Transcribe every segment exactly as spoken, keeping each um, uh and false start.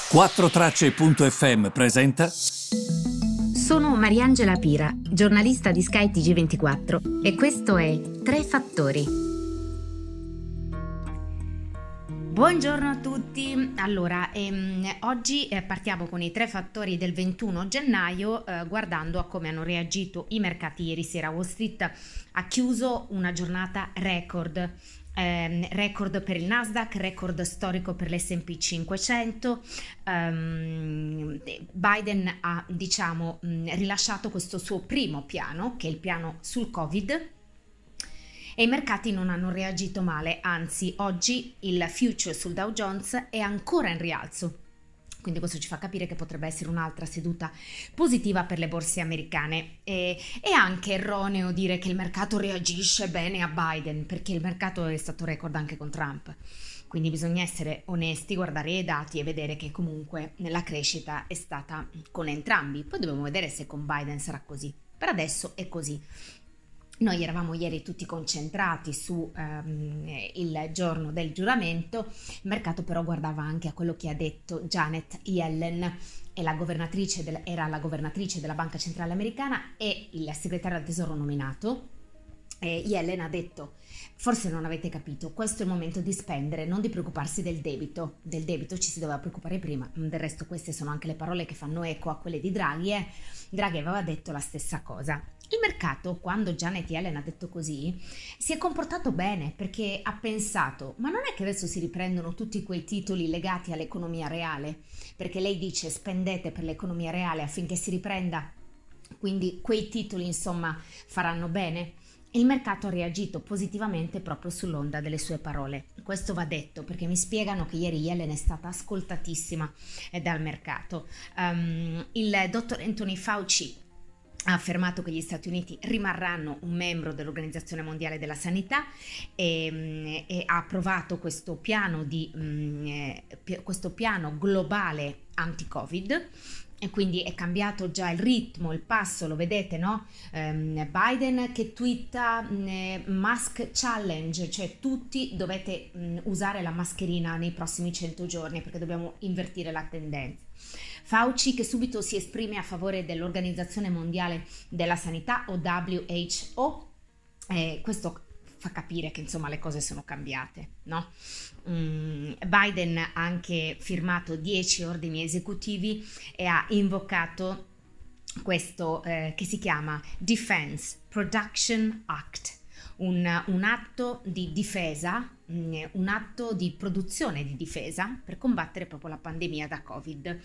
quattro tracce punto effe emme presenta. Sono Mariangela Pira, giornalista di Sky T G ventiquattro e questo è Tre Fattori. Buongiorno a tutti. Allora, ehm, oggi eh, partiamo con i tre fattori del ventuno gennaio, eh, guardando a come hanno reagito i mercati ieri sera. Wall Street ha chiuso una giornata record. Eh, record per il Nasdaq, record storico per l'esse and pi cinquecento. um, Biden ha diciamo mh, rilasciato questo suo primo piano, che è il piano sul Covid, e i mercati non hanno reagito male, anzi oggi il future sul Dow Jones è ancora in rialzo. Quindi questo ci fa capire che potrebbe essere un'altra seduta positiva per le borse americane. E, è anche erroneo dire che il mercato reagisce bene a Biden, perché il mercato è stato record anche con Trump. Quindi bisogna essere onesti, guardare i dati e vedere che comunque la crescita è stata con entrambi. Poi dobbiamo vedere se con Biden sarà così. Per adesso è così. Noi eravamo ieri tutti concentrati su um, il giorno del giuramento, il mercato però guardava anche a quello che ha detto Janet Yellen, è la governatrice del, era la governatrice della Banca Centrale Americana e il segretario del Tesoro nominato. E Yellen ha detto: forse non avete capito, questo è il momento di spendere, non di preoccuparsi del debito. Del debito ci si doveva preoccupare prima, del resto queste sono anche le parole che fanno eco a quelle di Draghi. Eh? Draghi aveva detto la stessa cosa. Il mercato, quando Janet Yellen ha detto così, si è comportato bene perché ha pensato: ma non è che adesso si riprendono tutti quei titoli legati all'economia reale? Perché lei dice spendete per l'economia reale affinché si riprenda, quindi quei titoli insomma faranno bene. Il mercato ha reagito positivamente proprio sull'onda delle sue parole. Questo va detto perché mi spiegano che ieri Yellen è stata ascoltatissima dal mercato. Um, il dottor Anthony Fauci ha affermato che gli Stati Uniti rimarranno un membro dell'Organizzazione Mondiale della Sanità e, e ha approvato questo piano, di, um, questo piano globale anti-Covid. E quindi è cambiato già il ritmo, il passo, lo vedete, no? Um, Biden che twitta um, mask challenge, cioè tutti dovete um, usare la mascherina nei prossimi cento giorni perché dobbiamo invertire la tendenza. Fauci che subito si esprime a favore dell'Organizzazione Mondiale della Sanità o W H O, eh, questo fa capire che insomma le cose sono cambiate, no? Um, Biden ha anche firmato dieci ordini esecutivi e ha invocato questo eh, che si chiama Defense Production Act, un, un atto di difesa, um, un atto di produzione di difesa per combattere proprio la pandemia da Covid.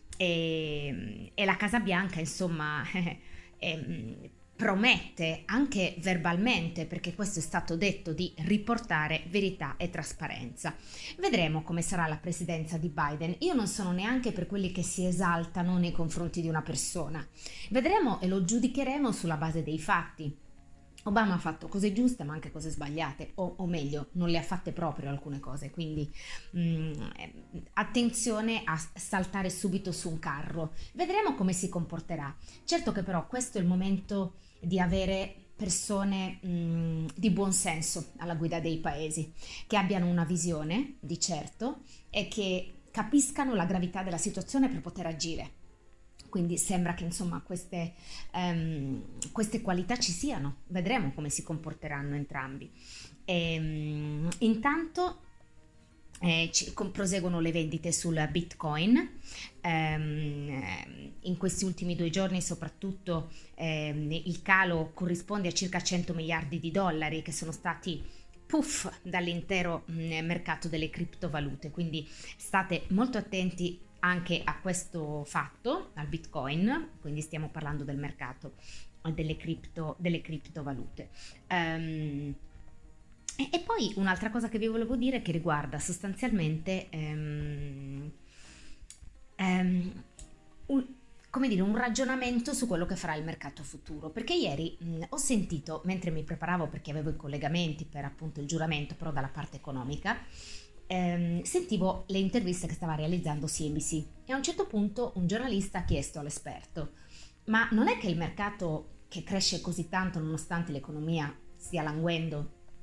E, e la Casa Bianca insomma eh, eh, promette anche verbalmente, perché questo è stato detto, di riportare verità e trasparenza. Vedremo come sarà la presidenza di Biden. Io non sono neanche per quelli che si esaltano nei confronti di una persona. Vedremo e lo giudicheremo sulla base dei fatti. Obama ha fatto cose giuste ma anche cose sbagliate, o, o meglio, non le ha fatte proprio alcune cose, quindi mh, attenzione a saltare subito su un carro. Vedremo come si comporterà. Certo che però questo è il momento di avere persone mh, di buon senso alla guida dei paesi, che abbiano una visione di certo e che capiscano la gravità della situazione per poter agire. Quindi sembra che insomma queste, um, queste qualità ci siano, vedremo come si comporteranno entrambi. E, um, intanto eh, ci, com, proseguono le vendite sul Bitcoin, um, in questi ultimi due giorni soprattutto um, il calo corrisponde a circa cento miliardi di dollari che sono stati puff dall'intero um, mercato delle criptovalute, quindi state molto attenti anche a questo fatto, al Bitcoin, quindi stiamo parlando del mercato delle, cripto, delle criptovalute. Um, e, e poi un'altra cosa che vi volevo dire che riguarda sostanzialmente um, um, un, come dire, un ragionamento su quello che farà il mercato futuro, perché ieri mh, ho sentito, mentre mi preparavo perché avevo i collegamenti per appunto il giuramento, però dalla parte economica, ehm, sentivo le interviste che stava realizzando C N B C e a un certo punto un giornalista ha chiesto all'esperto: ma non è che il mercato che cresce così tanto nonostante l'economia stia languendo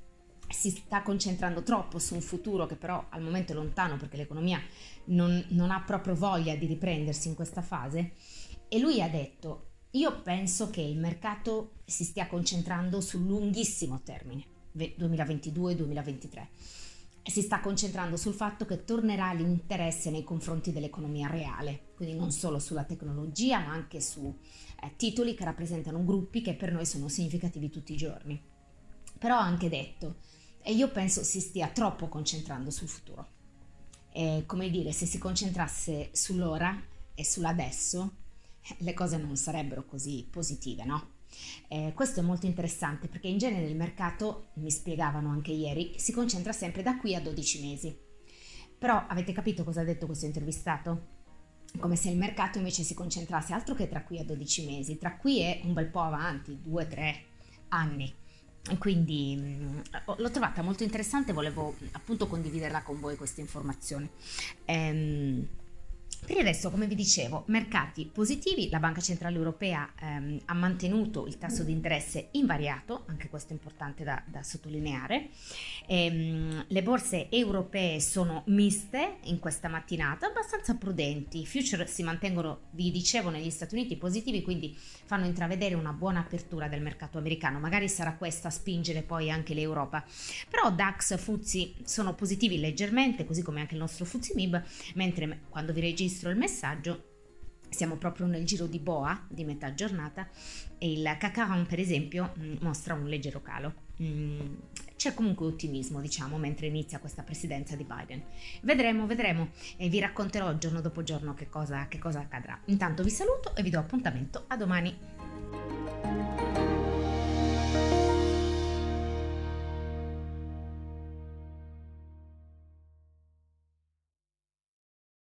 si sta concentrando troppo su un futuro che però al momento è lontano, perché l'economia non, non ha proprio voglia di riprendersi in questa fase. E lui ha detto: io penso che il mercato si stia concentrando sul lunghissimo termine, duemilaventidue duemilaventitré, e si sta concentrando sul fatto che tornerà l'interesse nei confronti dell'economia reale, quindi non solo sulla tecnologia, ma anche su eh, titoli che rappresentano gruppi che per noi sono significativi tutti i giorni. Però ha anche detto: e io penso si stia troppo concentrando sul futuro. È come dire, se si concentrasse sull'ora e sull'adesso, le cose non sarebbero così positive, no? Eh, questo è molto interessante, perché in genere il mercato, mi spiegavano anche ieri, si concentra sempre da qui a dodici mesi. Però avete capito cosa ha detto questo intervistato? Come se il mercato invece si concentrasse altro che tra qui a dodici mesi, tra qui è un bel po' avanti, due tre anni. Quindi mh, l'ho trovata molto interessante, volevo appunto condividerla con voi questa informazione. Ehm, Per il resto, come vi dicevo, mercati positivi, la Banca Centrale Europea ehm, ha mantenuto il tasso di interesse invariato, anche questo è importante da, da sottolineare. Ehm, le borse europee sono miste in questa mattinata, abbastanza prudenti, i future si mantengono, vi dicevo, negli Stati Uniti positivi, quindi fanno intravedere una buona apertura del mercato americano, magari sarà questa a spingere poi anche l'Europa. Però DAX, F T S E sono positivi leggermente, così come anche il nostro F T S E M I B, mentre quando vi registro il messaggio siamo proprio nel giro di boa di metà giornata e il C A C quaranta per esempio mostra un leggero calo. C'è comunque ottimismo, diciamo, mentre inizia questa presidenza di Biden. Vedremo, vedremo e vi racconterò giorno dopo giorno che cosa, che cosa accadrà. Intanto vi saluto e vi do appuntamento a domani.